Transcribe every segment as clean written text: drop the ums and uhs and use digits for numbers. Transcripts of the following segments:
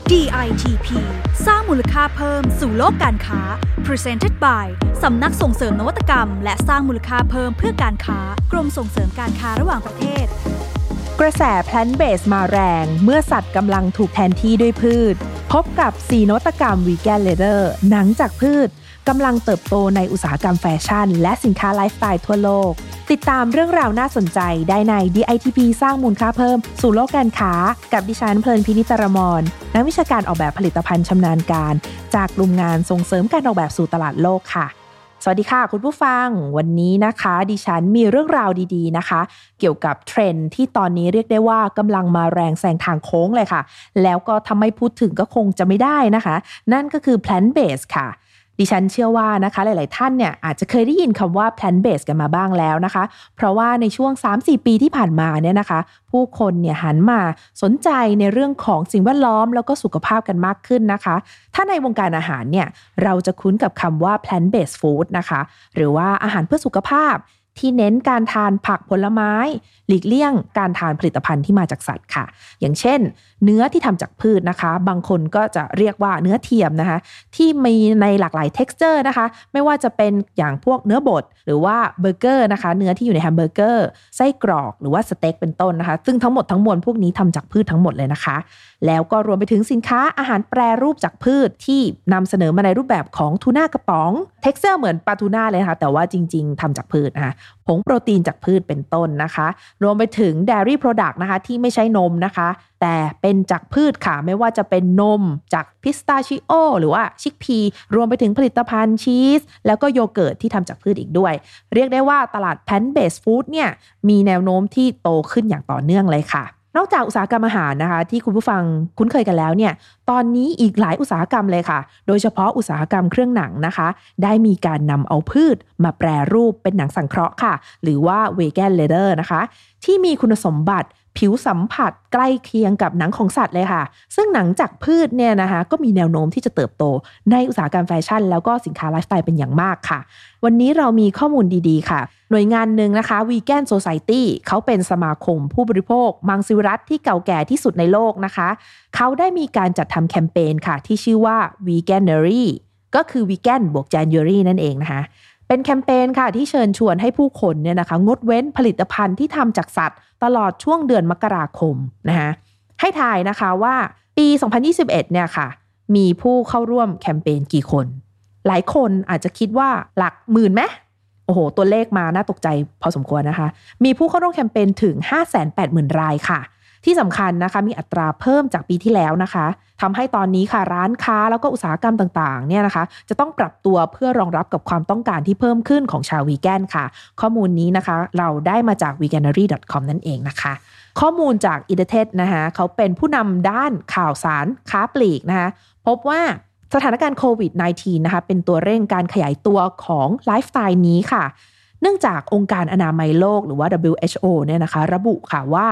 DITP สร้างมูลค่าเพิ่มสู่โลกการค้า Presented by สำนักส่งเสริมนวัตกรรมและสร้างมูลค่าเพิ่มเพื่อการค้ากรมส่งเสริมการค้าระหว่างประเทศกระแส Plant Based มาแรงเมื่อสัตว์กำลังถูกแทนที่ด้วยพืชพบกับ4นวัตกรรม Vegan Leather หนังจากพืชกำลังเติบโตในอุตสาหกรรมแฟชั่นและสินค้าไลฟ์สไตล์ทั่วโลกติดตามเรื่องราวน่าสนใจได้ใน DITP สร้างมูลค่าเพิ่มสู่โลกการค้ากับดิฉันเพลินพินิตรมรนักวิชาการออกแบบผลิตภัณฑ์ชำนาญการจากกลุ่มงานส่งเสริมการออกแบบสู่ตลาดโลกค่ะสวัสดีค่ะคุณผู้ฟังวันนี้นะคะดิฉันมีเรื่องราวดีๆนะคะเกี่ยวกับเทรนด์ที่ตอนนี้เรียกได้ว่ากำลังมาแรงแซงทางโค้งเลยค่ะแล้วก็ทำให้พูดถึงก็คงจะไม่ได้นะคะนั่นก็คือ Plant Based ค่ะดิฉันเชื่อว่านะคะหลายๆท่านเนี่ยอาจจะเคยได้ยินคำว่า Plant Based กันมาบ้างแล้วนะคะเพราะว่าในช่วง 3-4 ปีที่ผ่านมาเนี่ยนะคะผู้คนเนี่ยหันมาสนใจในเรื่องของสิ่งแวดล้อมแล้วก็สุขภาพกันมากขึ้นนะคะถ้าในวงการอาหารเนี่ยเราจะคุ้นกับคำว่า Plant Based Food นะคะหรือว่าอาหารเพื่อสุขภาพที่เน้นการทานผักผลไม้หลีกเลี่ยงการทานผลิตภัณฑ์ที่มาจากสัตว์ค่ะอย่างเช่นเนื้อที่ทำจากพืชนะคะบางคนก็จะเรียกว่าเนื้อเทียมนะคะที่มีในหลากหลาย texture นะคะไม่ว่าจะเป็นอย่างพวกเนื้อบดหรือว่าเบอร์เกอร์นะคะเนื้อที่อยู่ในแฮมเบอร์เกอร์ไส้กรอกหรือว่าสเต็กเป็นต้นนะคะซึ่งทั้งหมดทั้งมวลพวกนี้ทำจากพืชทั้งหมดเลยนะคะแล้วก็รวมไปถึงสินค้าอาหารแปรรูปจากพืชที่นำเสนอมาในรูปแบบของทูน่ากระป๋อง texture เหมือนปลาทูน่าเลยนะคะแต่ว่าจริงๆทำจากพืชนะคะผงโปรตีนจากพืชเป็นต้นนะคะรวมไปถึง dairy product นะคะที่ไม่ใช่นมนะคะแต่เป็นจากพืชค่ะไม่ว่าจะเป็นนมจากพิสตาชิโอหรือว่าชิคพีรวมไปถึงผลิตภัณฑ์ชีสแล้วก็โยเกิร์ตที่ทำจากพืชอีกด้วยเรียกได้ว่าตลาด Plant Based Food เนี่ยมีแนวโน้มที่โตขึ้นอย่างต่อเนื่องเลยค่ะนอกจากอุตสาหกรรมอาหารนะคะที่คุณผู้ฟังคุ้นเคยกันแล้วเนี่ยตอนนี้อีกหลายอุตสาหกรรมเลยค่ะโดยเฉพาะอุตสาหกรรมเครื่องหนังนะคะได้มีการนำเอาพืชมาแปรรูปเป็นหนังสังเคราะห์ค่ะหรือว่า Vegan Leather นะคะที่มีคุณสมบัติผิวสัมผัสใกล้เคียงกับหนังของสัตว์เลยค่ะซึ่งหนังจากพืชเนี่ยนะคะก็มีแนวโน้มที่จะเติบโตในอุตสาหกรรมแฟชั่นแล้วก็สินค้าไลฟ์สไตล์เป็นอย่างมากค่ะวันนี้เรามีข้อมูลดีๆค่ะหน่วยงานหนึ่งนะคะ Vegan Society เขาเป็นสมาคมผู้บริโภคมังสวิรัติที่เก่าแก่ที่สุดในโลกนะคะเขาได้มีการจัดทำแคมเปญค่ะที่ชื่อว่า Veganuary ก็คือ Vegan บวก January นั่นเองนะคะเป็นแคมเปญค่ะที่เชิญชวนให้ผู้คนเนี่ยนะคะงดเว้นผลิตภัณฑ์ที่ทำจากสัตว์ตลอดช่วงเดือนมกราคมนะคะให้ทายนะคะว่าปี 2021 เนี่ยค่ะมีผู้เข้าร่วมแคมเปญกี่คนหลายคนอาจจะคิดว่าหลักหมื่นไหมโอ้โหตัวเลขมาน่าตกใจพอสมควรนะคะมีผู้เข้าร่วมแคมเปญถึง 580,000 รายค่ะที่สำคัญนะคะมีอัตราเพิ่มจากปีที่แล้วนะคะทำให้ตอนนี้ค่ะร้านค้าแล้วก็อุตสาหกรรมต่างๆเนี่ยนะคะจะต้องปรับตัวเพื่อรองรับกับความต้องการที่เพิ่มขึ้นของชาววีแกนค่ะข้อมูลนี้นะคะเราได้มาจาก veganuary.com นั่นเองนะคะข้อมูลจาก Edited นะคะเขาเป็นผู้นำด้านข่าวสารค้าปลีกนะคะพบว่าสถานการณ์โควิด -19 นะคะเป็นตัวเร่งการขยายตัวของไลฟ์สไตล์นี้ค่ะเนื่องจากองค์การอนามัยโลกหรือว่า WHO เนี่ยนะคะระบุค่ะว่า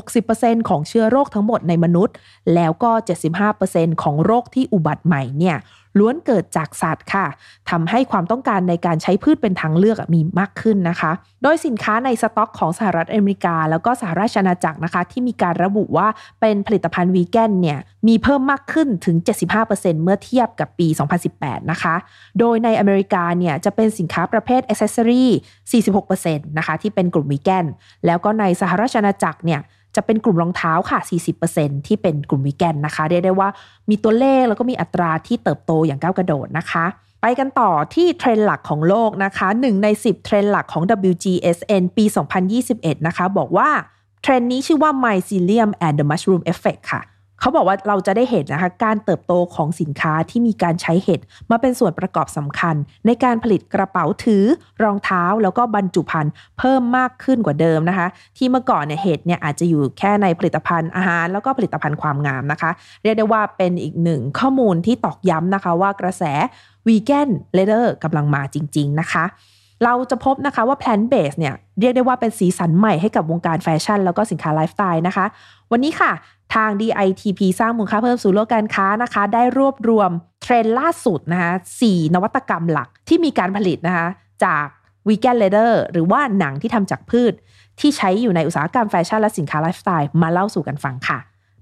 60% ของเชื้อโรคทั้งหมดในมนุษย์แล้วก็ 75% ของโรคที่อุบัติใหม่เนี่ยล้วนเกิดจากสัตว์ค่ะทำให้ความต้องการในการใช้พืชเป็นทางเลือกมีมากขึ้นนะคะโดยสินค้าในสต็อกของสหรัฐอเมริกาแล้วก็สหราชอาณาจักรนะคะที่มีการระบุว่าเป็นผลิตภัณฑ์วีแกนเนี่ยมีเพิ่มมากขึ้นถึง 75% เมื่อเทียบกับปี 2018 นะคะโดยในอเมริกาเนี่ยจะเป็นสินค้าประเภทแอคเซสซอรี่ 46% นะคะที่เป็นกลุ่มวีแกนแล้วก็ในสหราชอาณาจักรเนี่ยจะเป็นกลุ่มรองเท้าค่ะ 40% ที่เป็นกลุ่มวีแกนนะคะเรียกได้ว่ามีตัวเลขแล้วก็มีอัตราที่เติบโตอย่างก้าวกระโดดนะคะไปกันต่อที่เทรนด์หลักของโลกนะคะ1ใน10เทรนด์หลักของ WGSN ปี 2021 นะคะบอกว่าเทรนด์นี้ชื่อว่า Mycelium and the Mushroom Effect ค่ะเขาบอกว่าเราจะได้เห็นนะคะการเติบโตของสินค้าที่มีการใช้เห็ดมาเป็นส่วนประกอบสำคัญในการผลิตกระเป๋าถือรองเท้าแล้วก็บรรจุภัณฑ์เพิ่มมากขึ้นกว่าเดิมนะคะที่เมื่อก่อนเนี่ยเห็ดเนี่ยอาจจะอยู่แค่ในผลิตภัณฑ์อาหารแล้วก็ผลิตภัณฑ์ความงามนะคะเรียกได้ว่าเป็นอีกหนึ่งข้อมูลที่ตอกย้ำนะคะว่ากระแส Vegan Leather กำลังมาจริงๆนะคะเราจะพบนะคะว่า Plant Based เนี่ยเรียกได้ว่าเป็นสีสันใหม่ให้กับวงการแฟชั่นแล้วก็สินค้าไลฟ์สไตล์นะคะวันนี้ค่ะทาง DITP สร้างมูลค่าเพิ่มสู่โลกการค้านะคะได้รวบรวมเทรนด์ล่าสุดนะคะ4นวัตกรรมหลักที่มีการผลิตนะคะจาก Vegan Leather หรือว่าหนังที่ทำจากพืชที่ใช้อยู่ในอุตสาหกรรมแฟชั่นและสินค้าไลฟ์สไตล์มาเล่าสู่กันฟังค่ะ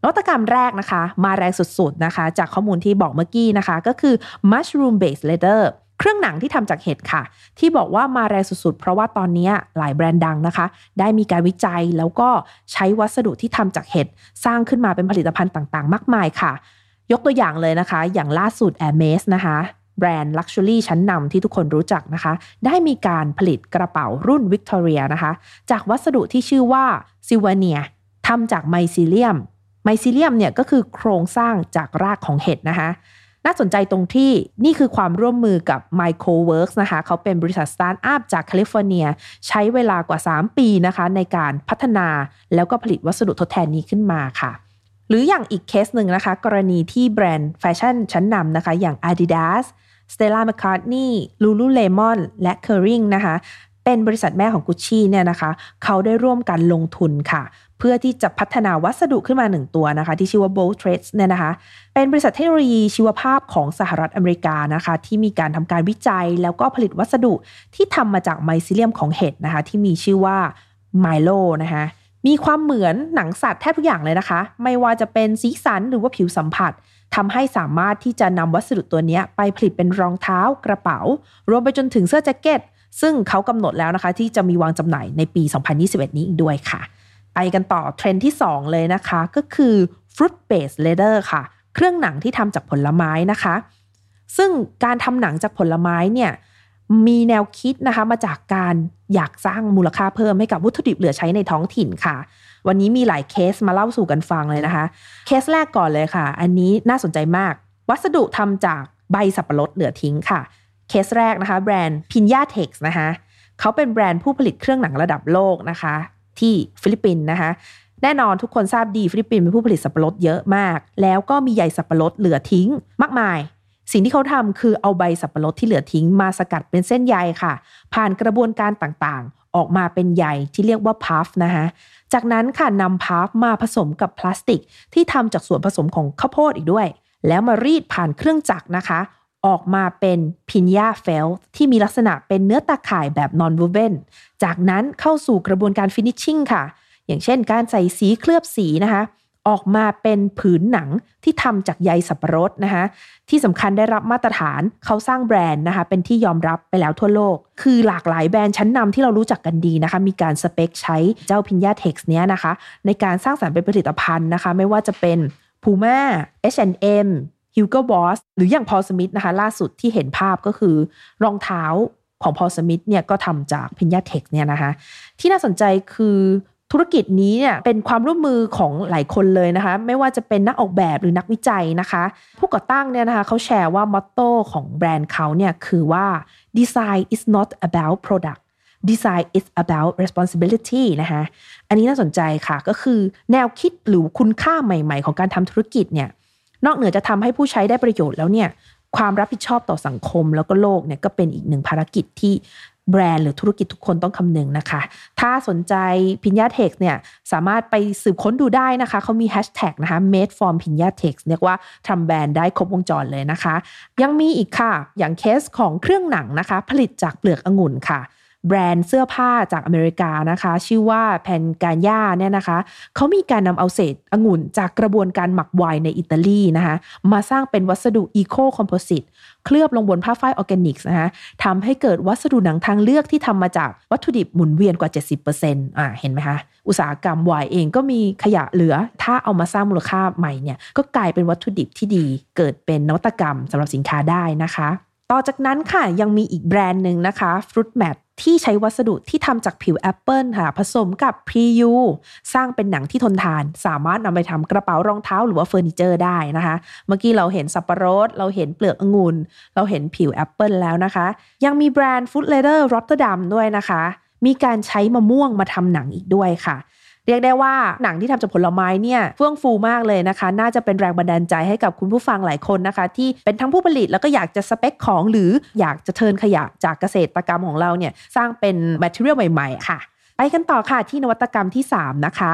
นวัตกรรมแรกนะคะมาแรงสุดๆนะคะจากข้อมูลที่บอกเมื่อกี้นะคะก็คือ mushroom based leather เครื่องหนังที่ทำจากเห็ดค่ะที่บอกว่ามาแรงสุดๆเพราะว่าตอนนี้หลายแบรนด์ดังนะคะได้มีการวิจัยแล้วก็ใช้วัสดุที่ทำจากเห็ดสร้างขึ้นมาเป็นผลิตภัณฑ์ต่างๆมากมายค่ะยกตัวอย่างเลยนะคะอย่างล่าสุด Hermes นะคะแบรนด์ Luxury ชั้นนำที่ทุกคนรู้จักนะคะได้มีการผลิตกระเป๋ารุ่น Victoria นะคะจากวัสดุที่ชื่อว่า Sylvania ทำจากไมซิเลียมเนี่ยก็คือโครงสร้างจากรากของเห็ดนะคะน่าสนใจตรงที่นี่คือความร่วมมือกับ Microworks นะคะเขาเป็นบริษัทสตาร์ทอัพจากแคลิฟอร์เนียใช้เวลากว่า3ปีนะคะในการพัฒนาแล้วก็ผลิตวัสดุทดแทนนี้ขึ้นมาค่ะหรืออย่างอีกเคสหนึ่งนะคะกรณีที่แบรนด์แฟชั่นชั้นนำนะคะอย่าง Adidas Stella McCartney Lululemon และ Kering นะคะเป็นบริษัทแม่ของ Gucci เนี่ยนะคะเขาได้ร่วมกันลงทุนค่ะเพื่อที่จะพัฒนาวัสดุขึ้นมา1ตัวนะคะที่ชื่อว่า Bold Threads เนี่ยนะคะเป็นบริษัทเทคโนโลยีชีวภาพของสหรัฐอเมริกานะคะที่มีการทำการวิจัยแล้วก็ผลิตวัสดุที่ทำมาจากไมซิเลียมของเห็ดนะคะที่มีชื่อว่า Milo นะคะมีความเหมือนหนังสัตว์แทบทุกอย่างเลยนะคะไม่ว่าจะเป็นสีสันหรือว่าผิวสัมผัสทำให้สามารถที่จะนำวัสดุตัวนี้ไปผลิตเป็นรองเท้ากระเป๋ารวมไปจนถึงเสื้อแจ็คเก็ตซึ่งเขากำหนดแล้วนะคะที่จะมีวางจำหน่ายในปี 2021 นี้อีกด้วยค่ะไปกันต่อเทรนด์ที่2เลยนะคะก็คือ fruit based leather ค่ะเครื่องหนังที่ทำจากผลไม้นะคะซึ่งการทำหนังจากผลไม้เนี่ยมีแนวคิดนะคะมาจากการอยากสร้างมูลค่าเพิ่มให้กับวัตถุดิบเหลือใช้ในท้องถิ่นค่ะวันนี้มีหลายเคสมาเล่าสู่กันฟังเลยนะคะเคสแรกก่อนเลยค่ะอันนี้น่าสนใจมากวัสดุทำจากใบสับปะรดเหลือทิ้งค่ะเคสแรกนะคะแบรนด์ Pinyatex นะคะเขาเป็นแบรนด์ผู้ผลิตเครื่องหนังระดับโลกนะคะที่ฟิลิปปินส์นะคะแน่นอนทุกคนทราบดีฟิลิปปินส์เป็นผู้ผลิตสับปะรดเยอะมากแล้วก็มีใยสับปะรดเหลือทิ้งมากมายสิ่งที่เขาทำคือเอาใบสับปะรดที่เหลือทิ้งมาสกัดเป็นเส้นใยค่ะผ่านกระบวนการต่างๆออกมาเป็นใยที่เรียกว่าพัฟนะคะจากนั้นค่ะนำพัฟมาผสมกับพลาสติกที่ทำจากส่วนผสมของข้าวโพดอีกด้วยแล้วมารีดผ่านเครื่องจักรนะคะออกมาเป็นพินยาเฟลที่มีลักษณะเป็นเนื้อตาข่ายแบบนอนวูเวนจากนั้นเข้าสู่กระบวนการฟินิชชิ่งค่ะอย่างเช่นการใส่สีเคลือบสีนะคะออกมาเป็นผืนหนังที่ทำจากใยสับปะรดนะคะที่สำคัญได้รับมาตรฐานเขาสร้างแบรนด์นะคะเป็นที่ยอมรับไปแล้วทั่วโลกคือหลากหลายแบรนด์ชั้นนำที่เรารู้จักกันดีนะคะมีการสเปคใช้เจ้าพินยาเท็กซ์เนี้ยนะคะในการสร้างสรรค์เป็นผลิตภัณฑ์นะคะไม่ว่าจะเป็น Puma H&M Hugo Boss หรืออย่าง Paul Smith นะคะล่าสุดที่เห็นภาพก็คือรองเท้าของ Paul Smith เนี่ยก็ทำจาก Pinyatex เนี่ยนะคะที่น่าสนใจคือธุรกิจนี้เนี่ยเป็นความร่วมมือของหลายคนเลยนะคะไม่ว่าจะเป็นนักออกแบบหรือนักวิจัยนะคะผู้ก่อตั้งเนี่ยนะคะเขาแชร์ว่ามอตโต้ของแบรนด์เขาเนี่ยคือว่า Design is not about product Design is about responsibility นะคะอันนี้น่าสนใจค่ะก็คือแนวคิดหรือคุณค่าใหม่ๆของการทำธุรกิจเนี่ยนอกเหนือจะทำให้ผู้ใช้ได้ประโยชน์แล้วเนี่ยความรับผิดชอบต่อสังคมแล้วก็โลกเนี่ยก็เป็นอีกหนึ่งภารกิจที่แบรนด์หรือธุรกิจทุกคนต้องคำนึงนะคะถ้าสนใจ Pinyatex เนี่ยสามารถไปสืบค้นดูได้นะคะเขามีแฮชแท็กนะคะ made from Pinyatex เรียกว่าทำแบรนด์ได้ครบวงจรเลยนะคะยังมีอีกค่ะอย่างเคสของเครื่องหนังนะคะผลิตจากเปลือกองุ่นค่ะแบรนด์เสื้อผ้าจากอเมริกานะคะชื่อว่าแพนการย่าเนี่ยนะคะเขามีการนำเอาเศษองุ่นจากกระบวนการหมักไวน์ในอิตาลีนะคะมาสร้างเป็นวัสดุอีโคคอมโพสิตเคลือบลงบนผ้าฝ้ายออร์แกนิกส์นะคะทำให้เกิดวัสดุหนังทางเลือกที่ทำมาจากวัตถุดิบหมุนเวียนกว่า 70% เห็นไหมคะอุตสาหกรรมไวน์เองก็มีขยะเหลือถ้าเอามาสร้างมูลค่าใหม่เนี่ยก็กลายเป็นวัตถุดิบที่ดีเกิดเป็นนวัตกรรมสำหรับสินค้าได้นะคะต่อจากนั้นค่ะยังมีอีกแบรนด์หนึ่งนะคะ Fruit Mat ที่ใช้วัสดุที่ทำจากผิวแอปเปิลค่ะผสมกับ PU สร้างเป็นหนังที่ทนทานสามารถนำไปทำกระเป๋ารองเท้าหรือว่าเฟอร์นิเจอร์ได้นะคะเมื่อกี้เราเห็นสับปะรดเราเห็นเปลือกองุ่นเราเห็นผิวแอปเปิลแล้วนะคะยังมีแบรนด์ Food Leather Rotterdam ด้วยนะคะมีการใช้มะม่วงมาทำหนังอีกด้วยค่ะเรียกได้ว่าหนังที่ทำจากผลไม้เนี่ยเฟื่องฟูมากเลยนะคะน่าจะเป็นแรงบันดาลใจให้กับคุณผู้ฟังหลายคนนะคะที่เป็นทั้งผู้ผลิตแล้วก็อยากจะสเปคของหรืออยากจะเทิร์นขยะจากเกษตรกรรมของเราเนี่ยสร้างเป็น material ใหม่ๆค่ะไปกันต่อค่ะที่นวัตกรรมที่3นะคะ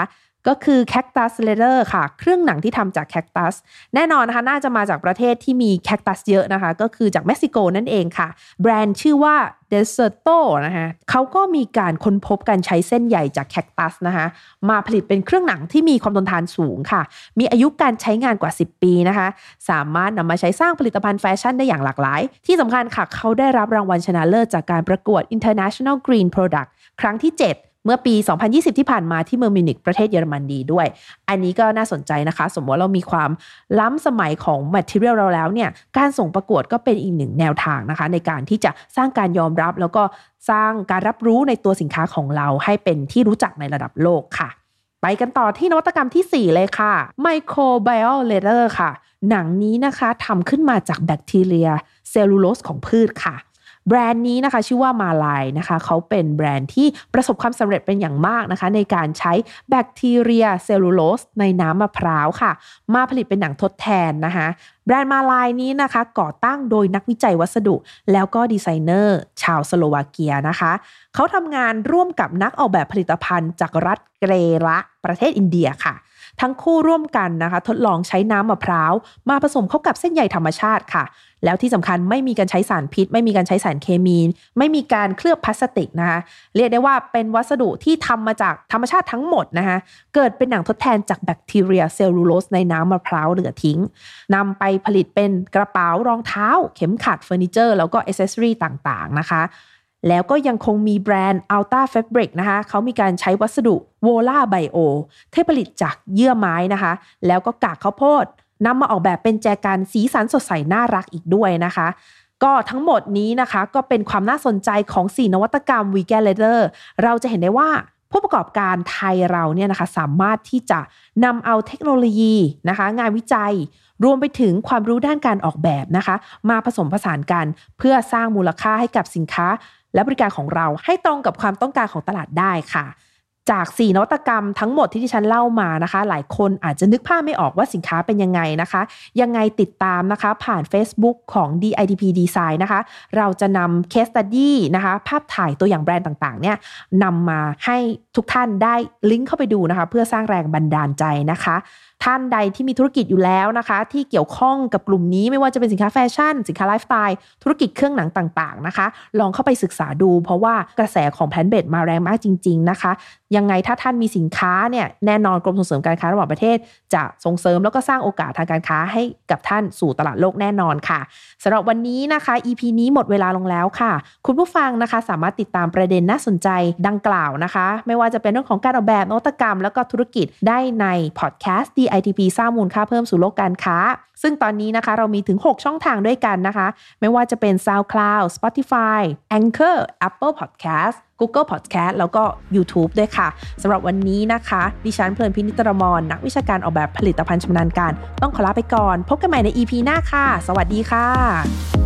ก็คือ Cactus Leather ค่ะเครื่องหนังที่ทำจากแคคตัสแน่นอนนะคะน่าจะมาจากประเทศที่มีแคคตัสเยอะนะคะก็คือจากเม็กซิโกนั่นเองค่ะแบรนด์ชื่อว่า Deserto นะคะเขาก็มีการค้นพบการใช้เส้นใหญ่จากแคคตัสนะคะมาผลิตเป็นเครื่องหนังที่มีความทนทานสูงค่ะมีอายุการใช้งานกว่า10ปีนะคะสามารถนำมาใช้สร้างผลิตภัณฑ์แฟชั่นได้อย่างหลากหลายที่สำคัญค่ะเขาได้รับรางวัลชนะเลิศจากการประกวด International Green Product ครั้งที่ 7เมื่อปี 2020 ที่ผ่านมาที่เมืองมิวนิกประเทศเยอรมนีด้วยอันนี้ก็น่าสนใจนะคะสมมติว่าเรามีความล้ำสมัยของ material เราแล้วเนี่ยการส่งประกวดก็เป็นอีกหนึ่งแนวทางนะคะในการที่จะสร้างการยอมรับแล้วก็สร้างการรับรู้ในตัวสินค้าของเราให้เป็นที่รู้จักในระดับโลกค่ะไปกันต่อที่นวัตกรรมที่ 4 เลยค่ะ Microbial Leather ค่ะหนังนี้นะคะทำขึ้นมาจากแบคทีเรียเซลลูโลสของพืชค่ะแบรนด์นี้นะคะชื่อว่ามาลายนะคะเขาเป็นแบรนด์ที่ประสบความสำเร็จเป็นอย่างมากนะคะในการใช้แบคทีเรียเซลลูโลสในน้ำมะพร้าวค่ะมาผลิตเป็นหนังทดแทนนะคะแบรนด์มาลายนี้นะคะก่อตั้งโดยนักวิจัยวัสดุแล้วก็ดีไซเนอร์ชาวสโลวาเกียนะคะเขาทำงานร่วมกับนักออกแบบผลิตภัณฑ์จากรัฐเกรละประเทศอินเดียค่ะทั้งคู่ร่วมกันนะคะทดลองใช้น้ำมะพร้าวมาผสมเข้ากับเส้นใยธรรมชาติค่ะแล้วที่สำคัญไม่มีการใช้สารพิษไม่มีการใช้สารเคมีไม่มีการเคลือบพลาสติกนะคะเรียกได้ว่าเป็นวัสดุที่ทำมาจากธรรมชาติทั้งหมดนะคะเกิดเป็นหนังทดแทนจากแบคทีเรียเซลลูโลสในน้ำมะพร้าวเหลือทิ้งนำไปผลิตเป็นกระเป๋ารองเท้าเข็มขัดเฟอร์นิเจอร์แล้วก็อิเซสซอรี่ต่างๆนะคะแล้วก็ยังคงมีแบรนด์ Alta Fabric นะคะเขามีการใช้วัสดุ Vola Bio ที่ผลิตจากเยื่อไม้นะคะแล้วก็กากข้าวโพดนำมาออกแบบเป็นแจกันสีสันสดใสน่ารักอีกด้วยนะคะก็ทั้งหมดนี้นะคะก็เป็นความน่าสนใจของ4นวัตกรรม Vegan Leather เราจะเห็นได้ว่าผู้ประกอบการไทยเราเนี่ยนะคะสามารถที่จะนำเอาเทคโนโลยีนะคะงานวิจัยรวมไปถึงความรู้ด้านการออกแบบนะคะมาผสมผสานกันเพื่อสร้างมูลค่าให้กับสินค้าและบริการของเราให้ตรงกับความต้องการของตลาดได้ค่ะจาก4นวัตกรรมทั้งหมดที่ดิฉันเล่ามานะคะหลายคนอาจจะนึกภาพไม่ออกว่าสินค้าเป็นยังไงนะคะยังไงติดตามนะคะผ่าน Facebook ของ DITP Design นะคะเราจะนำ Case Study นะคะภาพถ่ายตัวอย่างแบรนด์ต่างๆเนี่ยนำมาให้ทุกท่านได้ลิงก์เข้าไปดูนะคะเพื่อสร้างแรงบันดาลใจนะคะท่านใดที่มีธุรกิจอยู่แล้วนะคะที่เกี่ยวข้องกับกลุ่มนี้ไม่ว่าจะเป็นสินค้าแฟชั่นสินค้าไลฟ์สไตล์ธุรกิจเครื่องหนังต่างๆนะคะลองเข้าไปศึกษาดูเพราะว่ากระแสของแพลนท์เบสมาแรงมากจริงๆนะคะยังไงถ้าท่านมีสินค้าเนี่ยแน่นอนกรมส่งเสริมการค้าระหว่างประเทศจะส่งเสริมแล้วก็สร้างโอกาสทางการค้าให้กับท่านสู่ตลาดโลกแน่นอนค่ะสำหรับวันนี้นะคะ EP นี้หมดเวลาลงแล้วค่ะคุณผู้ฟังนะคะสามารถติดตามประเด็นน่าสนใจดังกล่าวนะคะไม่ว่าจะเป็นเรื่องของการออกแบบนวัตกรรมแล้วก็ธุรกิจได้ในพอดแคสต์ DITP สร้างมูลค่าเพิ่มสู่โลกการค้าซึ่งตอนนี้นะคะเรามีถึง6ช่องทางด้วยกันนะคะไม่ว่าจะเป็น SoundCloud Spotify Anchor Apple Podcast Google Podcast แล้วก็ YouTube ด้วยค่ะสำหรับวันนี้นะคะดิฉันเพลินพินิจตรมรนักวิชาการออกแบบผลิตภัณฑ์ชำนาญการต้องขอลาไปก่อนพบกันใหม่ใน EP หน้าค่ะสวัสดีค่ะ